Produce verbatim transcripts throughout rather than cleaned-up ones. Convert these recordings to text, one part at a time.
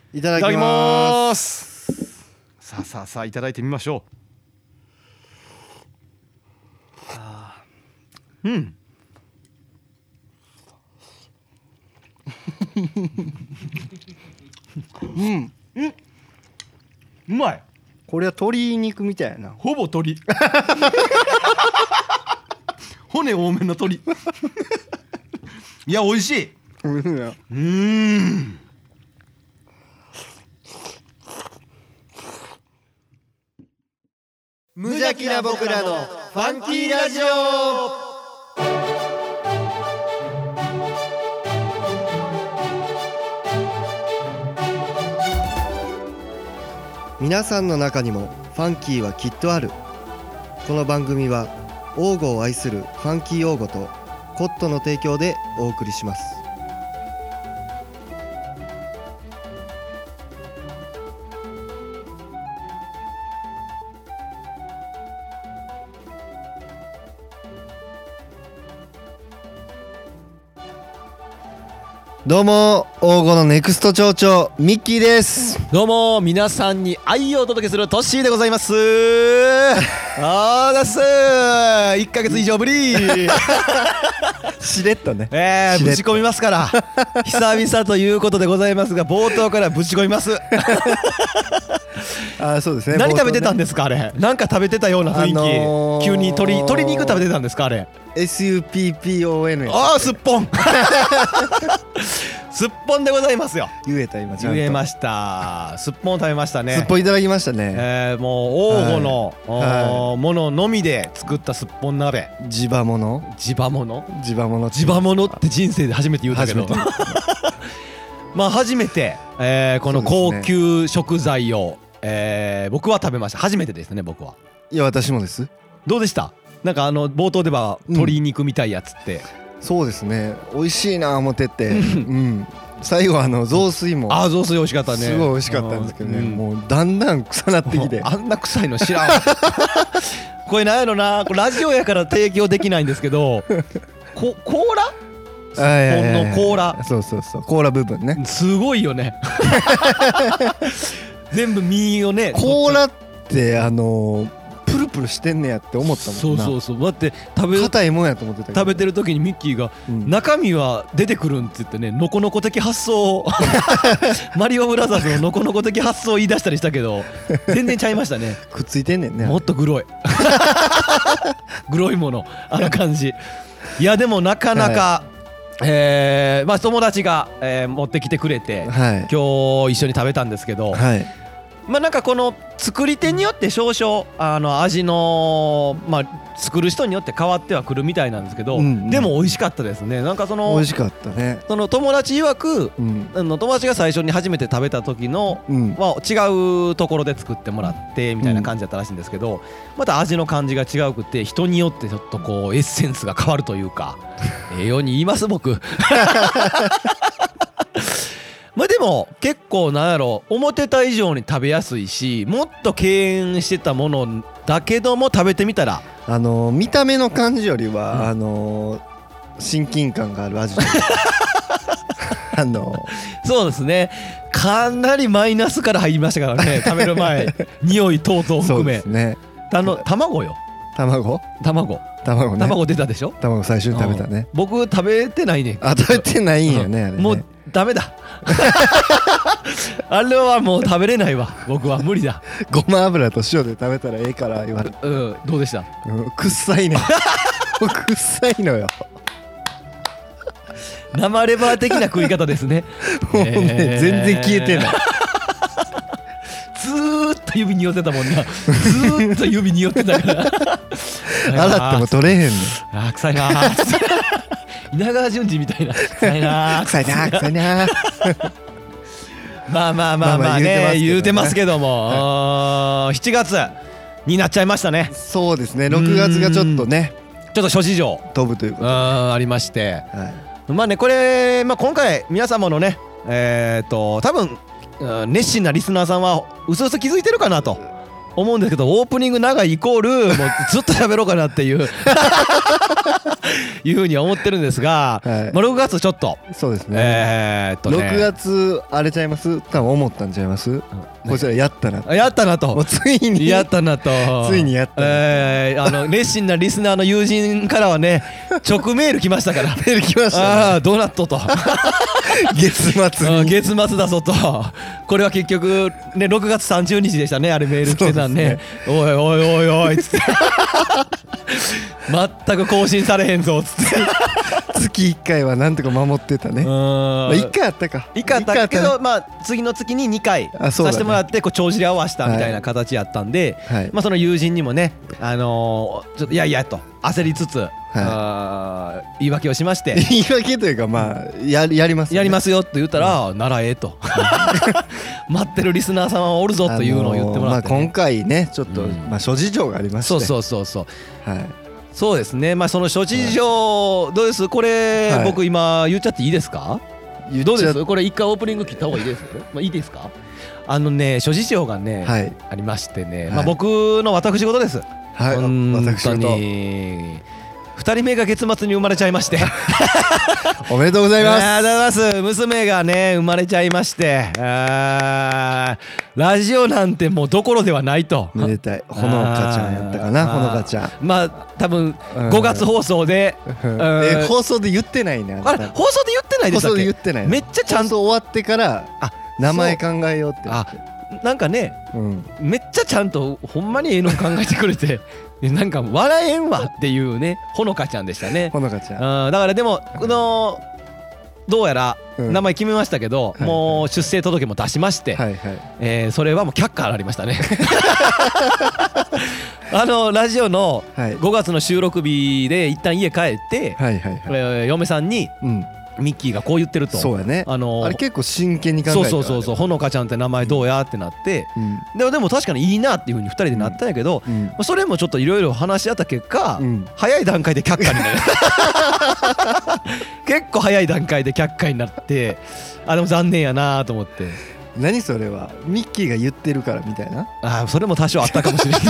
いただきます。さあさあさあいただいてみましょう。あうんうん、うん、うまい。 これは鶏肉みたいな。 ほぼ鶏骨多めの鶏いや美味しい。 うーん無邪気な僕らのファンキーラジオ。皆さんの中にもファンキーはきっとある。この番組は王語を愛するファンキー王語とコットの提供でお送りします。どうも王語のネクスト町長ミッキーです。 どうも皆さんに愛をお届けするトッシーでございますあーだっすーいっかげつ以上ぶりしれっとね、 えー、ぶち込みますから久々ということでございますが冒頭からぶち込みますあ、そうですね。 何食べてたんですかあれ。なんか食べてたような雰囲気、あのー、急に鶏鶏肉食べてたんですかあれ。 エスユーピーピーオーエヌああすっぽんすっぽんでございますよ。 言えた今ちゃんと言えました。すっぽん食べましたね。 すっぽんいただきましたね。 えー、もう王吾の、はい、もののみで作ったすっぽん鍋。 地場もの地場もの地場もの地場ものって人生で初めて言うたけどまあ初めて、えー、この高級食材を、えー、僕は食べました。初めてですね僕は。 いや私もです。 どうでした？なんかあの冒頭では鶏肉みたいやつって、 うん、そうですね美味しいな思ってて、うん、最後あの雑炊もあ雑炊美味しかったね。 すごい美味しかったんですけどね、うん、もうだんだん臭なってきてあんな臭いの知らんこれなんやろな、これラジオやから提供できないんですけどこ甲羅すっぽんの甲羅、 そうそうそう甲羅部分ねすごいよね全部身をね甲羅ってあのープルプルしてんねやって思ったもんな。 そうそうそう。だって食べ硬いもんやと思ってたけど、 食べてる時にミッキーが、うん、中身は出てくるんって言ってね、ノコノコ的発想マリオブラザーズのノコノコ的発想を言い出したりしたけど全然ちゃいましたね。 くっついてんねんね。 もっとグロいグロいものあの感じ。いやでもなかなか、はい、えー、まあ友達が、えー、持ってきてくれて、はい、今日一緒に食べたんですけど、はい、まあなんかこの作り手によって少々あの味のまあ作る人によって変わってはくるみたいなんですけど、うんうん、でも美味しかったですね。なんかその美味しかったね。 その友達曰く、うん、あの友達が最初に初めて食べた時の、うん、は違うところで作ってもらってみたいな感じだったらしいんですけど、うん、また味の感じが違うくて人によってちょっとこうエッセンスが変わるというかええように言います僕まあでも結構なんやろ思ってた以上に食べやすいし、もっと敬遠してたものだけども食べてみたらあのー、見た目の感じよりは、うん、あのー、親近感がある味あのー、そうですね。かなりマイナスから入りましたからね食べる前匂い等々含め。そうですね。あの卵よ卵卵卵ね。 卵出たでしょ。 卵最初に食べたね、 うん、僕食べてないね。 あ食べてないんやね、うん、あれね。 もうダメだあれはもう食べれないわ僕は無理だ。 ごま油と塩で食べたらええから言われる。 うんどうでした？ うん、くっさいねくっさいのよ生レバー的な食い方ですねもうね、えー、全然消えてないずーっと指に寄せたもんなずーっと指に寄ってたから洗っても取れへんねん。 あー臭いなー稲川淳二みたいな臭いなー臭いなー臭いなーまあまあまあまあね言うてますけども、はい、しちがつになっちゃいましたね。 そうですね。ろくがつがちょっとねちょっと諸事情飛ぶということでありまして、はい、まあねこれ、まあ、今回皆様のねえっと多分熱心なリスナーさんはうすうす気づいてるかなと思うんですけど、オープニング長いイコールもうずっと喋ろうかなっていういうふうには思ってるんですが、はい、まあ、ろくがつちょっとそうですね、 えー、っとねろくがつあれちゃいます？多分思ったんちゃいます、うん、こちらやったなとやったなともうついにやったなとついにやったな、 えー、あの熱心なリスナーの友人からはね直メール来ましたからメール来ました、ね、 ああどうなっとと月末に月末だぞとこれは結局ねろくがつさんじゅうにちでしたね、あれメール来てたんね、ねおいおいおいおいっつって全く更新されへんぞっつって月いっかいはなんとか守ってたね。まあ、いっかいあったかいっかいあったけど、まあ次の月ににかいさせてもらってこう帳尻合わせたみたいな形やったんで、まあその友人にもねあのちょっといやいやと焦りつつあ言い訳をしまして言い訳というかまあややりますやりますよって言ったらならええと待ってるリスナーさんはおるぞというのを言ってもらって、 今回ねちょっとまあ諸事情がありまして、 そうそうそうそうはいそうですね、まあその諸事情どうです、これ、はい、僕今言っちゃっていいですか？どうです？これ一回オープニング切った方がいいです？まあいいですか？あのね諸事情がね、はい、ありましてね、はい、まあ僕の私事です。 はい、 本当にふたりめが月末に生まれちゃいましておめでとうございます。 ありがとうございます。娘がね生まれちゃいまして、あラジオなんてもうどころではないと。 めでたい。ほのかちゃんやったかな、ほのかちゃん。 まあ多分ごがつ放送で、 え放送で言ってないね。 あれ放送で言ってないでしたっけ？ 放送で言ってない。 めっちゃちゃんと終わってから名前考えようって。 あなんかね、うん、めっちゃちゃんとほんまにええの考えてくれてなんか笑えんわっていうねほのかちゃんでしたね。 ほのかちゃん、 うん、だからでもこのどうやら名前決めましたけど、うん、もう出生届も出しまして、はいはい、えー、それはもう却下ありましたねあのラジオのごがつの収録日で一旦家帰って、はいはいはい、えー、嫁さんに、うんミッキーがこう言ってると。そうやね、 あのー、あれ結構真剣に考えてた。 そうそうそうほのかちゃんって名前どうやってなって、うん、でもでも確かにいいなっていうふうにふたりでなったんやけど、うん、それもちょっといろいろ話し合った結果、うん、早い段階で却下になる結構早い段階で却下になってあでも残念やなと思って。 何それはミッキーが言ってるからみたいな。 あそれも多少あったかもしれない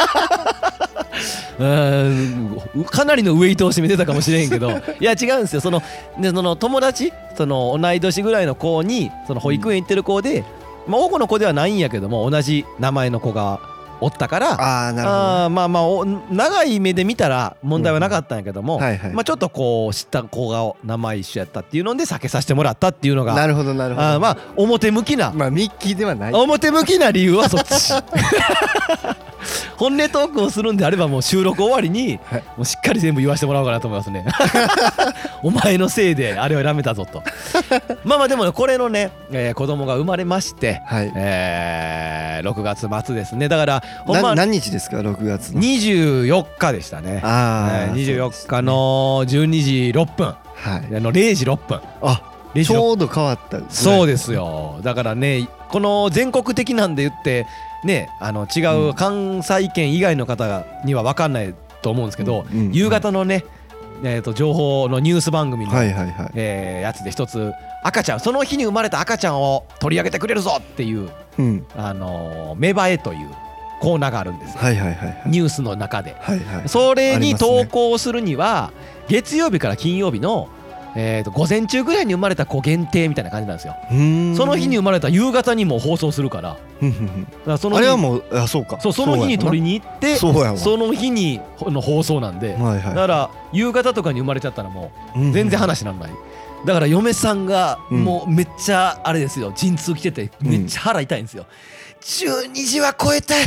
うんかなりのウェイトを占めてたかもしれんけどいや違うんですよ。そのでその友達その同い年ぐらいの子にその保育園行ってる子で、うんまあ、大子の子ではないんやけども同じ名前の子がおったからあなるほど、ね、 あまあまあお長い目で見たら問題はなかったんやけども、うんはいはい、まあ、ちょっとこう知った子が名前一緒やったっていうので避けさせてもらったっていうのがなるほどなるほど。 あまあ表向きなまあミッキーではない表向きな理由はそっち本音トークをするんであればもう収録終わりにもうしっかり全部言わせてもらおうかなと思いますねお前のせいであれをやめたぞとまあまあでもねこれのね、えー、子供が生まれまして、はいえー、ろくがつ末ですね。だからほんま何日ですかろくがつのにじゅうよっかでしたね。あ、えー、にじゅうよっかのじゅうにじろっぷん、はい、あのれいじろっぷんあちょうど変わったぐらい。 そうですよ。だからねこの全国的なんで言ってねあの違う関西圏以外の方には分かんないと思うんですけど、うんうんうん、夕方のねえー、と情報のニュース番組の、はいはいはいえー、やつで一つ赤ちゃんその日に生まれた赤ちゃんを取り上げてくれるぞっていう、うんあのー、芽生えというコーナーがあるんですよ、はいはいはいはい、ニュースの中で、はいはい、それに投稿するには、ね、月曜日から金曜日の、えー、と午前中ぐらいに生まれた子限定みたいな感じなんですよ。その日に生まれた夕方にも放送するからだからそのあれはもうあそうかそうその日に撮りに行ってその日にの放送なんで、はいはい、だから夕方とかに生まれちゃったらもう全然話にならない、うんうん、だから嫁さんがもうめっちゃあれですよ陣痛来ててめっちゃ腹痛いんですよ、うん、じゅうにじは超えたい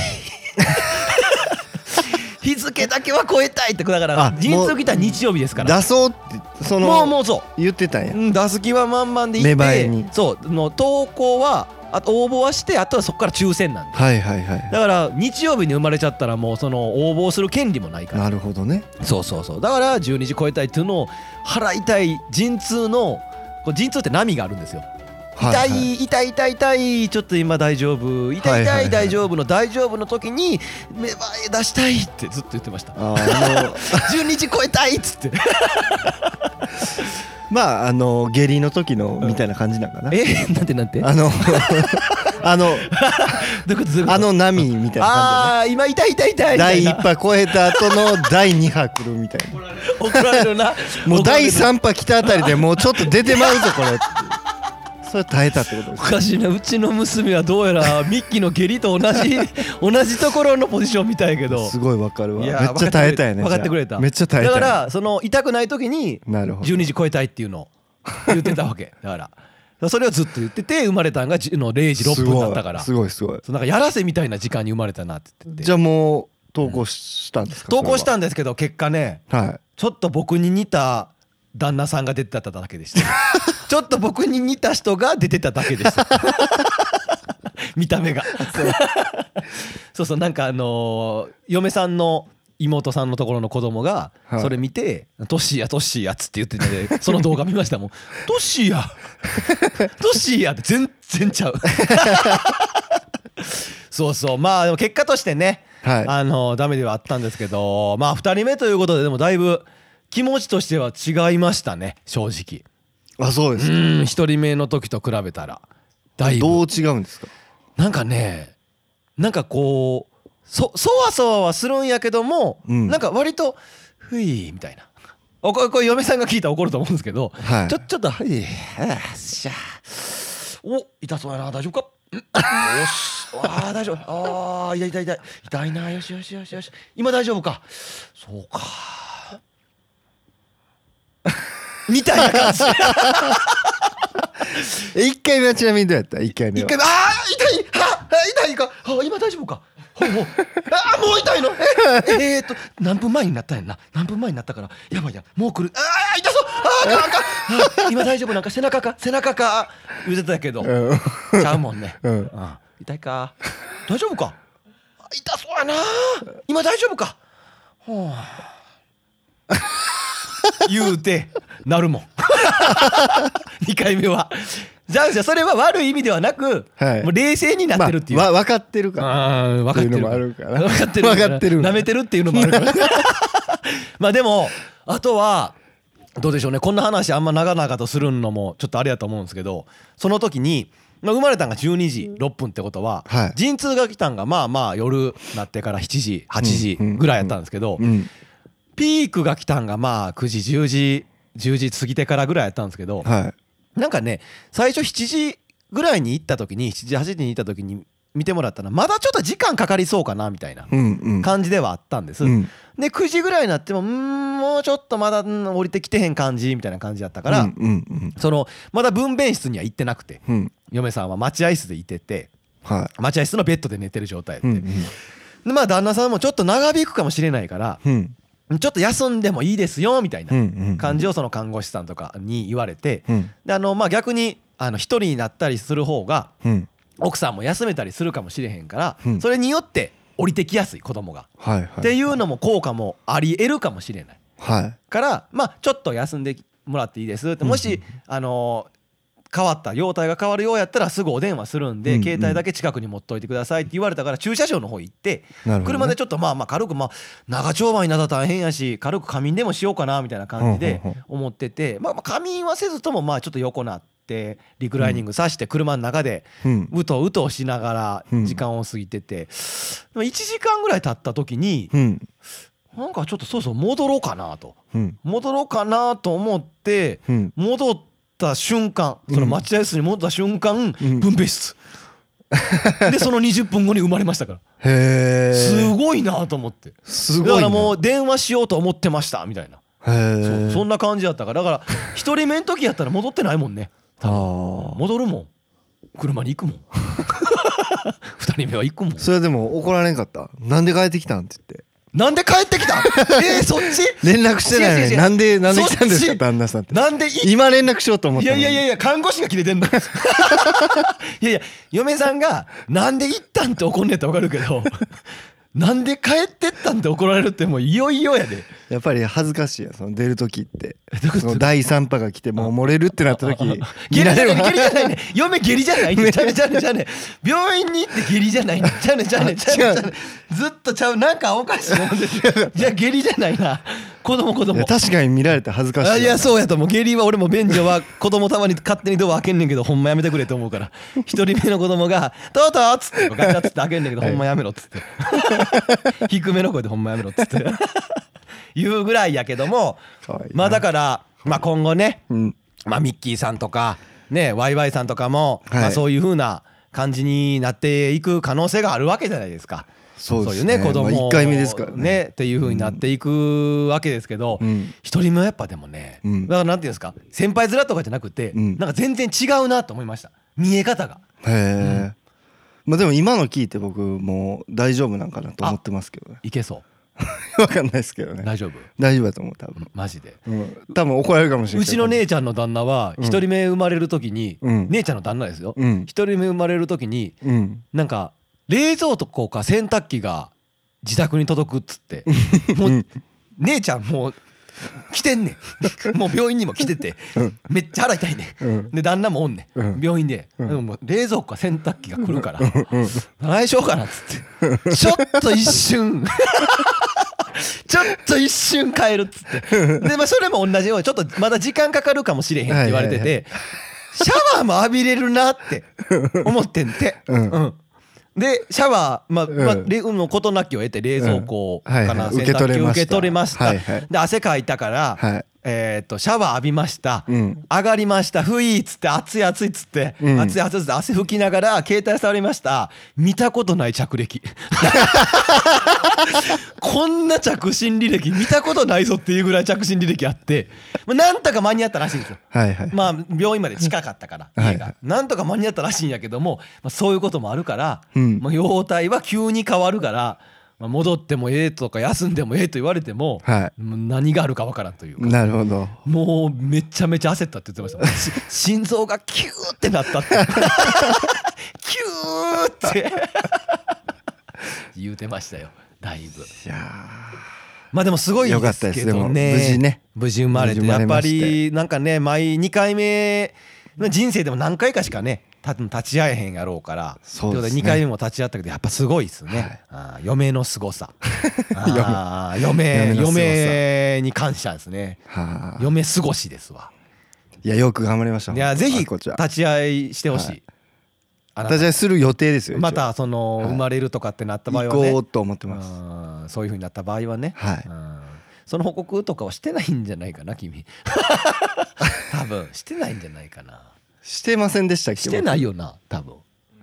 日付だけは超えたいってだから陣痛来たら日曜日ですから出そうってそのもうもうそう言ってたんや、 うん、出す気は満々でいってそうの投稿はあと応募はしてあとはそこから抽選なんで、はいはいはい、だから日曜日に生まれちゃったらもうその応募する権利もないから。 なるほどね。 そうそうそうだからじゅうにじ超えたいっていうのを腹痛い陣痛のこう陣痛って波があるんですよ。痛い、はいはい、痛い痛い痛いちょっと今大丈夫痛い痛い、はいはいはい、大丈夫の大丈夫の時に芽生え出したいってずっと言ってました。あのじゅうにじ超えたいっつってまああの下痢の時のみたいな感じなんかな、 うん、えなんてなんてあのあのあの波みたいな感じでね。 ああ今痛い痛い痛いみたいな。 だいいっぱ超えた後のだいに波来るみたいな。 怒られるな。 もうだいさん波来たあたりでもうちょっと出てまうぞこれって。それ耐えたってことです。 おかしいな。うちの娘はどうやらミッキーの下痢と同じ同じところのポジションみたいけど。 すごいわかるわ。 いやめっちゃ耐えたよね。 分かってくれた。 めっちゃ耐えた。 だからその痛くない時にじゅうにじ超えたいっていうのを言ってたわけだからそれをずっと言ってて生まれたんがのれいじろっぷんだったから。 すごいすごい。 なんかやらせみたいな時間に生まれたなって言ってて。 じゃあもう投稿したんですか。 投稿したんですけど結果ね、 はい、 ちょっと僕に似た旦那さんが出てただけでしたちょっと僕に似た人が出てただけでした見た目がそうそうなんかあのー、嫁さんの妹さんのところの子供がそれ見て「トッシーやトッシーや」っつって言っててその動画見ましたもんトッシーやトッシーやって全然ちゃうそうそうまあでも結果としてね、はい、あのダメではあったんですけどまあふたりめということででもだいぶ気持ちとしては違いましたね正直。 あそうですか。 うんひとりめの時と比べたらだいぶどう違うんですか。 なんかねなんかこうそそわそわはするんやけども、うん、なんか割とふいみたいなおここれ嫁さんが聞いたら怒ると思うんですけど、はい、ちょちょっとふいあっしゃお痛そうやな大丈夫かよしあ大丈夫あ痛い痛い痛い痛いなよしよしよしよし今大丈夫かそうかみたいな感じ一回目はちなみにどうやった一回目は。 一回目あー痛いあ痛いかあ今大丈夫かほうほうあもう痛いのええー、っと何分前になったんやんな何分前になったからやばいやもう来るあ痛そうあーあかんあ今大丈夫なんか背中か背中か言ってたけど、うん、ちゃうもんね、うんうん、痛いか大丈夫か痛そうやな今大丈夫かほう言うてなるもんにかいめはじゃあじゃあそれは悪い意味ではなく、はい、もう冷静になってるっていう、 まあ、分かってるから分かってるのもあるから分かってる分かってる舐めてるっていうのもあるからまあでもあとはどうでしょうねこんな話あんま長々とするのもちょっとあれやと思うんですけどその時に、まあ、生まれたんがじゅうにじろっぷんってことは、はい、陣痛が来たんがまあまあ夜なってからしちじはちじぐらいやったんですけど、うんうんうん、ピークが来たんがまあくじじゅうじじゅうじ過ぎてからぐらいやったんですけど、はい、なんかね最初しちじぐらいに行った時にしちじはちじに行った時に見てもらったらまだちょっと時間かかりそうかなみたいな感じではあったんです、うん、でくじぐらいになってもんもうちょっとまだ降りてきてへん感じみたいな感じだったから、うんうんうん、そのまだ分娩室には行ってなくて、うん、嫁さんは待合室でいてて、はい、待合室のベッドで寝てる状態で、うんうん、でまあ旦那さんもちょっと長引くかもしれないから、うんちょっと休んでもいいですよみたいな感じをその看護師さんとかに言われて、であのまあ逆にあの一人になったりする方が奥さんも休めたりするかもしれへんから、それによって降りてきやすい子供がっていうのも効果もあり得るかもしれないからまあちょっと休んでもらっていいですってもしあの変わった容体が変わるようやったらすぐお電話するんで、うんうん、携帯だけ近くに持っといてくださいって言われたから駐車場の方行って、ね、車でちょっとまあまあ軽くまあ長丁場になったら大変やし軽く仮眠でもしようかなみたいな感じで思ってて、まあまあ仮眠はせずともまあちょっと横なってリクライニングさして車の中でうとうとしながら時間を過ぎてて、でもいちじかんぐらい経った時になんかちょっとそろそろ戻ろうかなと戻ろうかなと思って戻ってた瞬間その待合室に戻った瞬間、うん、分娩室でそのにじゅっぷんごに生まれましたからへすごいなと思ってすごいだからもう電話しようと思ってましたみたいなへ そ, そんな感じだったからだからひとりめの時やったら戻ってないもんね戻るもん車に行くもんふたりめは行くもんそれでも怒られんかったなんで帰ってきたんって言ってなんで帰ってきたえー、そっち連絡してないのになんでなんで来たんですか旦那さんってなんで今連絡しようと思ったのいやいやいや看護師が切れてんのいやいや嫁さんがなんで行ったんって怒んねえって分かるけどなんで帰ってったんって怒られるってもういよいよやで。 やっぱり恥ずかしいやその出る時ってそのだいさん波が来てもう漏れるってなった時下痢じゃない下痢じゃないね嫁下痢じゃないねちゃうねちゃうねちゃうね病院に行って下痢じゃないねちゃうねちゃうねちゃうねずっとちゃうなんかおかしいもんですじゃあ下痢じゃないな子供子供確かに見られて恥ずかしい。 いやそうやと思う。下痢は俺も便所は子供たまに勝手にドア開けんねんけどほんまやめてくれと思うから一人目の子供がとうとうっつってガチャッつって開けんねんけどほんまやめろっつって低めの声でほんまやめろっつって言うぐらいやけどもまあだからまあ今後ねまあミッキーさんとかねワイワイさんとかもまあそういう風な感じになっていく可能性があるわけじゃないですか。 そういうね子供いっかいめですからねっていう風になっていくわけですけど一人目はやっぱでもねだからなんていうんですか先輩面とかじゃなくてなんか全然違うなと思いました見え方が。 へえまあでも今の聞いて僕もう大丈夫なんかなと思ってますけどね。 いけそうわかんないですけどね。 大丈夫大丈夫だと思う多分マジで、 うん、多分怒られるかもしれないうちの姉ちゃんの旦那は一人目生まれる時に、うん、姉ちゃんの旦那ですよ、うん、一人目生まれる時に、うん、なんか冷蔵庫か洗濯機が自宅に届くっつってもう姉ちゃんもう来てんねんもう病院にも来てて、うん、めっちゃ腹痛いね、うん、で旦那もおんねん、うん、病院で、うん、でももう冷蔵庫か洗濯機が来るから、うん、何しようかなっつってちょっと一瞬ちょっと一瞬帰るっつってで、まあ、それも同じようにちょっとまだ時間かかるかもしれへんって言われててシャワーも浴びれるなって思ってんて、うんうん、でシャワーまあ、まあ、の事なきを得て冷蔵庫かな、洗濯機受け取れました、はいはい、で汗かいたから、はい、えー、とシャワー浴びました、うん、上がりましたふいっつって熱い熱いっつって、うん、熱い熱いっつって汗拭きながら携帯触りました。見たことない着歴こんな着信履歴見たことないぞっていうぐらい着信履歴あって、まあ、なんとか間に合ったらしいんですよ、はいはい、まあ病院まで近かったから家が、はい、なんとか間に合ったらしいんやけども、まあ、そういうこともあるから、うん、まあ、容体は急に変わるからまあ、戻ってもええとか休んでもええと言われても、はい、もう何があるかわからんというか。 なるほど。 もうめちゃめちゃ焦ったって言ってました心臓がキューってなったってキューって言うてましたよだいぶ。いやまあでもすごいですけどね。 無事ね無事生まれてやっぱりなんかね毎にかいめ人生でも何回かしかね立ち会えへんやろうから、そうですね、にかいめも立ち会ったけどやっぱすごいですね、はい、あ嫁のすごさあ嫁嫁に感謝ですね。嫁すごしですわ。 いやよく頑張りました。 いやぜひ立ち会いしてほしい、 はい、立ち会いする予定ですよ。 またその生まれるとかってなった場合はね、 行こうと思ってます。 そういう風になった場合はね、はい、その報告とかはしてないんじゃないかな君多分してないんじゃないかな。 してませんでしたっけ。 してないよな多分、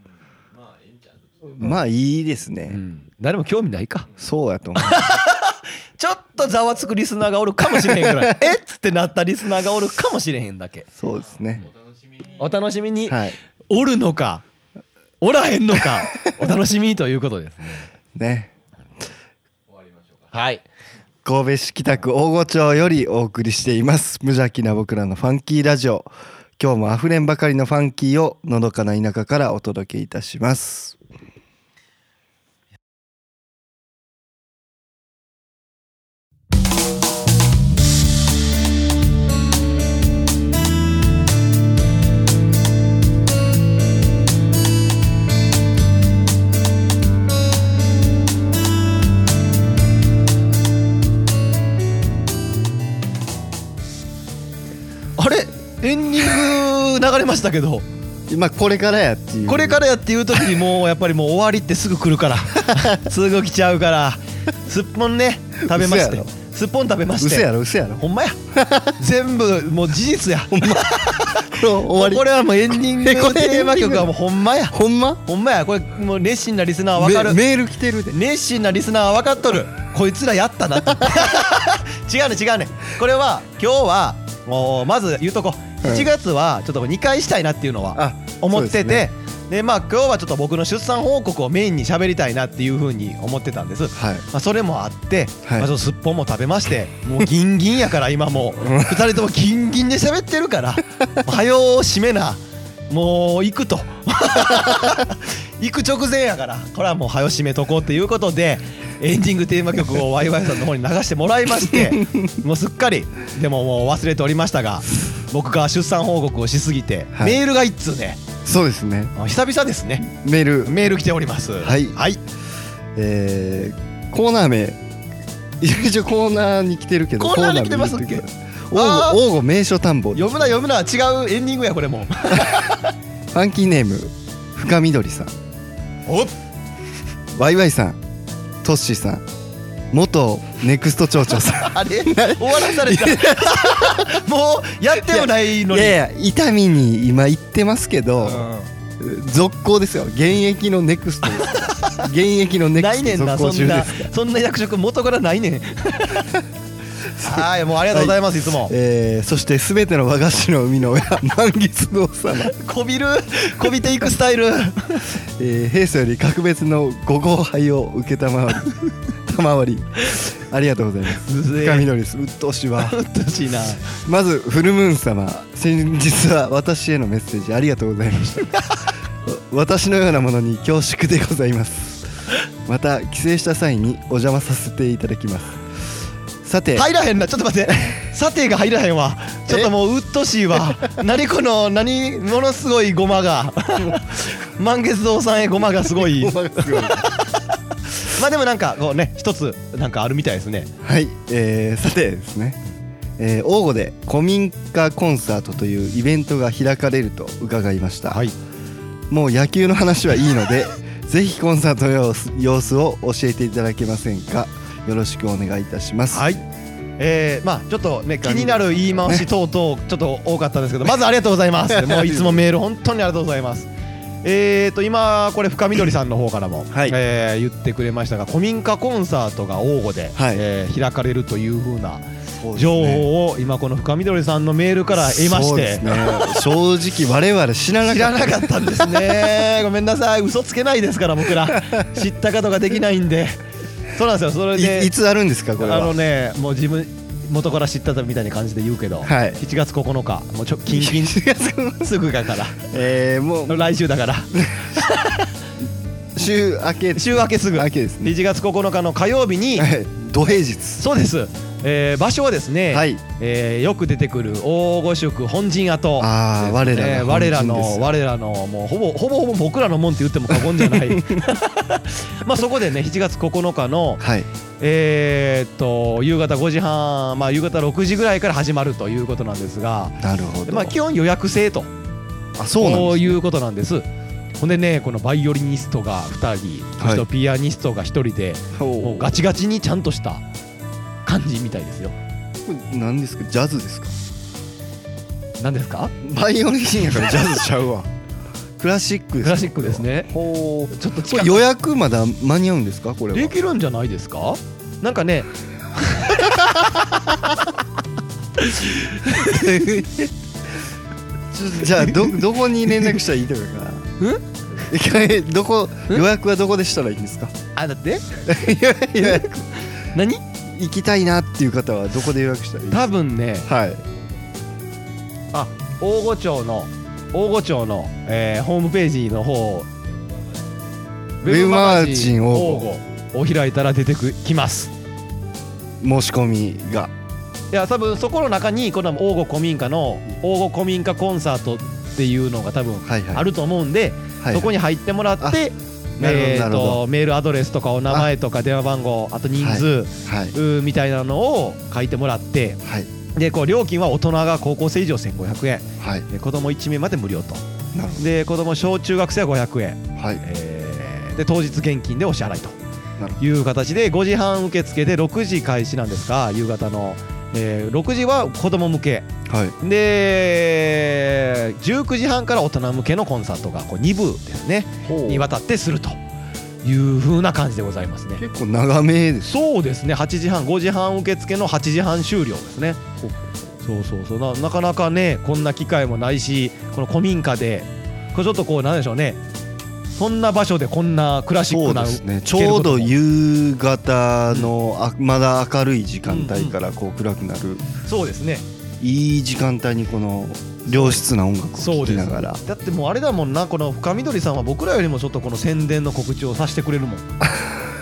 まあいいですね、うん、 誰も興味ないか。 そうやと思うちょっとざわつくリスナーがおるかもしれへんぐらいえっつってなったリスナーがおるかもしれへんだけ。 そうですね、 お楽しみに、はい、おるのかおらへんのかお楽しみということですね。ね、終わりましょうか。はい、 神戸市北区大御町よりお送りしています無邪気な僕らのファンキーラジオ。今日もあふれんばかりのファンキーをのどかな田舎からお届けいたします。 あれエンディング流れましたけど今これからやっていうこれからやっていう時にもうやっぱりもう終わりってすぐ来るからすぐ来ちゃうからすっぽんね食べましてすっぽん食べまして嘘やろ嘘やろほんまや全部もう事実やほんま終わり。 これはもうエンディングテーマ曲はもうほんまやほんまほんまや。これもう熱心なリスナーは分かる。 メール来てるで。 熱心なリスナーは分かっとる。こいつらやったなって違うね違うね。これは今日はもうまず言うとこしちがつはちょっとにかいしたいなっていうのは思ってて、でまあ今日はちょっと僕の出産報告をメインに喋りたいなっていう風に思ってたんです、はい、まあ、それもあって、はい、まあ、ちょっとすっぽんも食べましてもうギンギンやから今もうふたりともギンギンで喋ってるからはよ締めなもう行くと行く直前やからこれはもうはよ締めとこうっていうことで、 エンディングテーマ曲をワイワイさんの方に流してもらいましてもうすっかりでももう忘れておりましたが、僕が出産報告をしすぎて、はい、メールが一通ね。 そうですね、 久々ですね。 メールメール来ております。 はい、はい、えー、コーナー名一応コーナーに来てるけど、 コーナーに来てますっけ。 王吾名所探訪。 読むな読むな、違うエンディングやこれもファンキーネーム深緑さん、 おっワイワイさん、トッシーさん、元ネクスト町長さんあれ終わらされたもうやってもないのに。 いやいや伊丹に今言ってますけど、うん、続行ですよ。現役のネクストです現役のネクスト続行中ですか。 そんな役職元からないねんはい、もうありがとうございます、はい、いつも、 えー、そしてすべての和菓子の生みの親満月堂様こびるこびていくスタイル、 えー、平素より格別のご号杯を受けたまわり賜りありがとうございます。深緑です。うっとうしいわ。 うっとうしいな。 まずフルムーン様、先日は私へのメッセージありがとうございました私のようなものに恐縮でございます。また帰省した際にお邪魔させていただきます。さて入らへんな、ちょっと待ってさてが入らへんわ。ちょっともううっとしいわ何この何ものすごいゴマが満月堂さんへゴマがすごいまあでもなんかこうね一つなんかあるみたいですね。 はい、えー、さてですね、えー、王吾で古民家コンサートというイベントが開かれると伺いました、はい、もう野球の話はいいのでぜひコンサートの様子、様子を教えていただけませんか。よろしくお願いいたします。 はい、えー、まあちょっとね気になる言い回し等々ちょっと多かったんですけど、まずありがとうございますもういつもメール本当にありがとうございます。えーと今これ深緑さんの方からも、はい、えー、言ってくれましたが、古民家コンサートが王吾で、はい、えー、開かれるという風な情報を今この深緑さんのメールから得まして、 ね、正直我々知らなかった知らなかったんですねごめんなさい、嘘つけないですから僕ら知ったかとかできないんで。そうなんですよ。それでい, いつあるんですかこれは。 あのねもう自分元から知ったみたいな感じで言うけど、はい、しちがつここのかもうちょキンキンすぐだからえー、もう来週だから週明け週明けすぐ明けです、ね、 いちがつここのかの火曜日に、はい、 土平日。 そうです、えー、場所はですね、はい、えー、よく出てくる大御宿本陣跡、 あー、我らの我らの我らのもうほぼほぼほぼ僕らのもんって言っても過言じゃないまあそこでねしちがつここのかの、はい、えー、っと夕方ごじはん、まあ夕方ろくじぐらいから始まるということなんですが、 なるほど、 まあ基本予約制と、 あ、そうなんですね、 そういうことなんです。ほんでねこのバイオリニストがふたり、そしてピアニストがひとりで、もうガチガチにちゃんとした感じみたいですよ。 これ何ですか、ジャズですか。 何ですか。 バイオリンやからジャズちゃうわクラシックです。 クラシックですね。 ほう、ちょっと近く。予約まだ間に合うんですかこれは。 できるんじゃないですか。なんかねじゃあ ど, どこに連絡したらいいとかかどこ予約はどこでしたらいいんですか。 あ、だって予約何行きたいなっていう方はどこで予約したらいいですか。 多分ね、 はい、 あ、大御町の大御町の、えー、ホームページの方ウェブマガジン王吾を開いたら出てきます、 申し込みが。 いや多分そこの中にこの王吾古民家の王吾古民家コンサートっていうのが多分あると思うんで、はいはい、そこに入ってもらって、えー、とメールアドレスとかお名前とか電話番号、あと人数、はいはい、みたいなのを書いてもらって、はい、でこう料金は大人が高校生以上せんごひゃくえん、はい、で子供いち名まで無料と。で子供小中学生はごひゃくえん、はい、えー、で当日現金でお支払いという形でごじはん受付でろくじ開始なんですが、夕方の、えー、ろくじは子供向け、はい、でじゅうくじはんから大人向けのコンサートがこうに部ですねにわたってするという風な感じでございますね。 結構長めです。 そうですね。はちじはんごじはん受付のはちじはん終了ですね。そうそうそう、 な, なかなかねこんな機会もないし、この古民家でこれちょっとこうなんでしょうね、そんな場所でこんなクラシックな、 そうですね、ちょうど夕方の、うん、あまだ明るい時間帯からこう暗くなる、うんうん、 そうですね、 いい時間帯にこの良質な音楽を聴きながら。 だってもうあれだもんな、この深緑さんは僕らよりもちょっとこの宣伝の告知をさせてくれるもん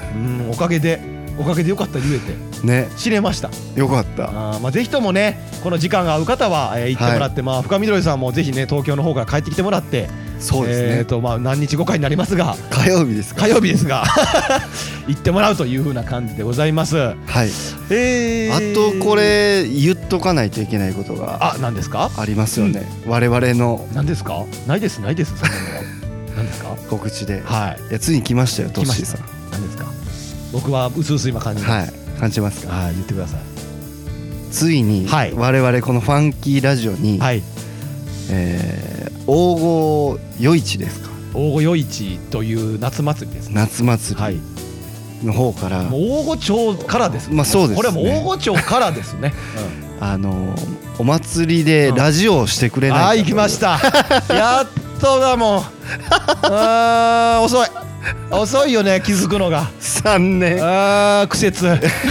うんおかげでおかげでよかった言えてね知れました。 よかった。 あまあぜひともねこの時間が合う方は、えー、行ってもらって、はい、まあ深みどりさんもぜひね東京の方から帰ってきてもらって、 そうですね、 えーとまあ、何日後かになりますが火曜日ですか火曜日ですが行ってもらうという風な感じでございます。はい、 えー、あとこれ言っとかないといけないことがあ何ですかありますよね、うん、我々の何ですかないですないですそんなの何ですか告知で、 はい、 いやついに来ましたよトッシーさん。 何ですか。僕はうすうす今感じます。 はい感じますか。 はい言ってください。 ついに我々このファンキーラジオに、はいえー、黄金夜市ですか。 黄金夜市という夏祭りですね。 夏祭りの方から、はい、 もう黄金町からですね。 まあそうですね。 これはもう黄金町からですね、 うん、あのお祭りでラジオをしてくれないか、うん、 あ行きましたやっとだもんあ遅い遅いよね気づくのがさんねんあー苦節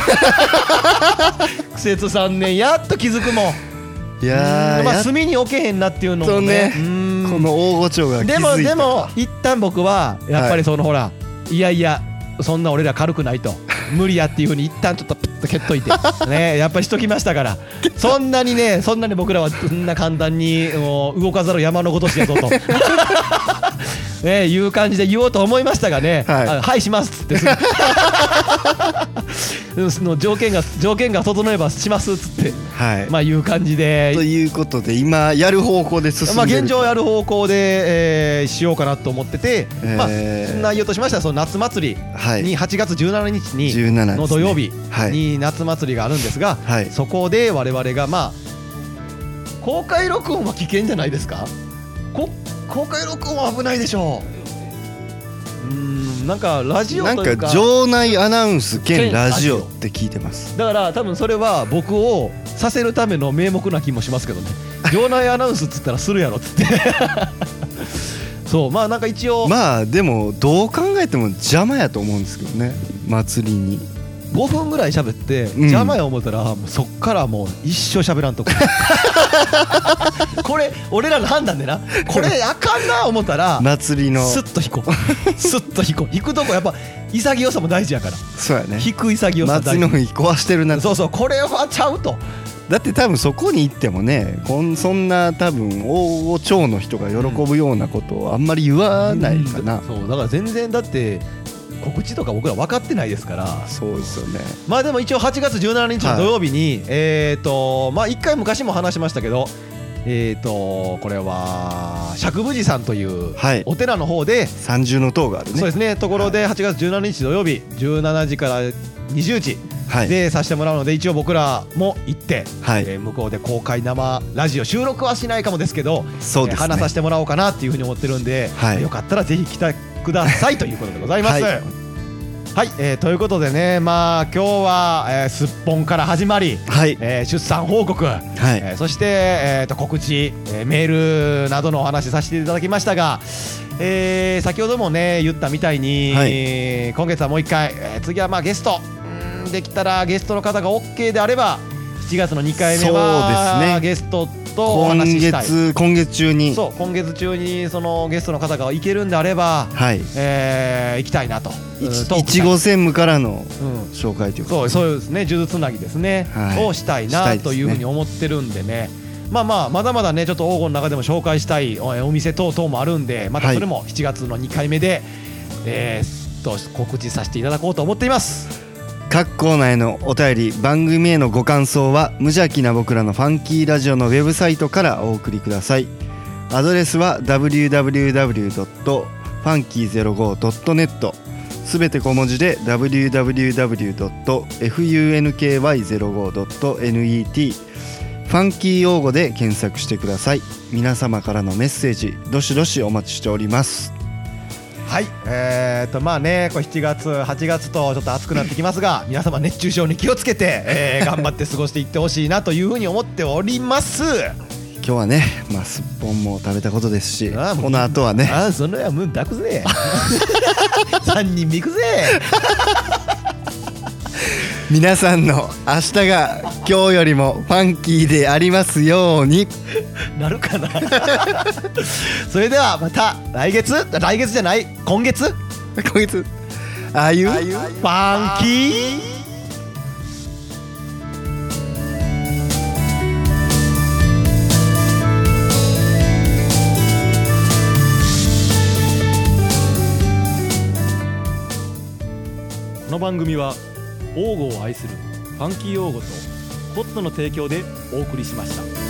苦節さんねんやっと気づくもん。 いやーまあ隅に置けへんなっていうのもね、 ねこの大御町が気づいたか。 でもでも一旦僕はやっぱりその、はい、ほらいやいやそんな俺ら軽くないと無理やっていう風に一旦ちょっとプッと蹴っといてねやっぱりしときましたからそんなにねそんなに僕らはそんな簡単にもう動かざる山のごとしやぞとねいう感じで言おうと思いましたがね、はい、はいしますっつってその条件が条件が整えばしますっつって、はい、まあいう感じでということで今やる方向で進んでる。 まあ現状やる方向で、えー、しようかなと思ってて、えー、まあ内容としましてはその夏祭りにはちがつじゅうしちにちにの土曜日に夏祭りがあるんですが、はい、そこで我々がまあ公開録音は危険じゃないですか。こ公開録音は危ないでしょう。うーんなんかラジオというかなんか場内アナウンス兼ラジオって聞いてます。 だから多分それは僕をさせるための名目な気もしますけどね場内アナウンスっつったらするやろっつってそうまあなんか一応まあでもどう考えても邪魔やと思うんですけどね祭りにごふんぐらい喋って邪魔や思ったら、もうそっからもう一生喋らんとここれ俺らの判断でなこれあかんな思ったら祭りのスッと引こうスッと引こう引くとこやっぱ潔さも大事やから。 そうやね引く潔さ祭りの雰囲気壊してるな。 そうそうこれはちゃうと。 だって多分そこに行ってもねこんそんな多分大御町の人が喜ぶようなことをあんまり言わないかな、 うんうん、そうだから全然だって告知とか僕ら分かってないですから。 そうですよね。 まあでも一応はちがつじゅうしちにちの土曜日に、はい、えっとまあ一回昔も話しましたけどえっとこれは釈部寺さんというお寺の方で三重の塔があるね。 そうですねところではちがつじゅうしちにち土曜日じゅうしちじからにじゅうじでさせてもらうので一応僕らも行って、はいえー、向こうで公開生ラジオ収録はしないかもですけどそうですね、えー、話させてもらおうかなっていうふうに思ってるんで、はい、よかったらぜひ来てくださいということでございます。はい、はいえー、ということでねまあ今日は、えー、すっぽんから始まり、はいえー、出産報告、はいえー、そして、えー、と告知、えー、メールなどのお話させていただきましたが、えー、先ほどもね言ったみたいに、はい、今月はもう一回、えー、次はまあゲストできたらゲストの方が OK であればしちがつのにかいめはそうです、ね、ゲストとお話ししたい。 今月今月中にそう今月中にそのゲストの方が行けるんであれば、はいえー、行きたいなと。 いちご専務からの紹介というか、 うん、そうそうですね数珠つなぎですね、はい、をしたいなというふうに思ってるんでね。まあまあまだまだねちょっと黄金の中でも紹介したいお店等々もあるんでまたそれもしちがつのにかいめで、はいえー、と告知させていただこうと思っています。 各コーナーへのお便り番組へのご感想は無邪気な僕らのファンキーラジオのウェブサイトからお送りください。アドレスは ダブリューダブリューダブリュードットファンキーゼロごドットネット すべて小文字で ダブリューダブリューダブリュードットファンキーゼロごドットネット ファンキー用語で検索してください。皆様からのメッセージどしどしお待ちしております。 はいえーとまあねこれしちがつはちがつとちょっと暑くなってきますが皆様熱中症に気をつけて、えー、頑張って過ごしていってほしいなというふうに思っております。 今日はねまあすっぽんも食べたことですしあこの後はねああそのやむんだくぜさんにん見くぜ皆さんの明日が今日よりもファンキーでありますようになるかなそれではまた来月来月じゃない今月今月あゆファンキー。この番組は王語を愛するファンキー王語とホットの提供でお送りしました。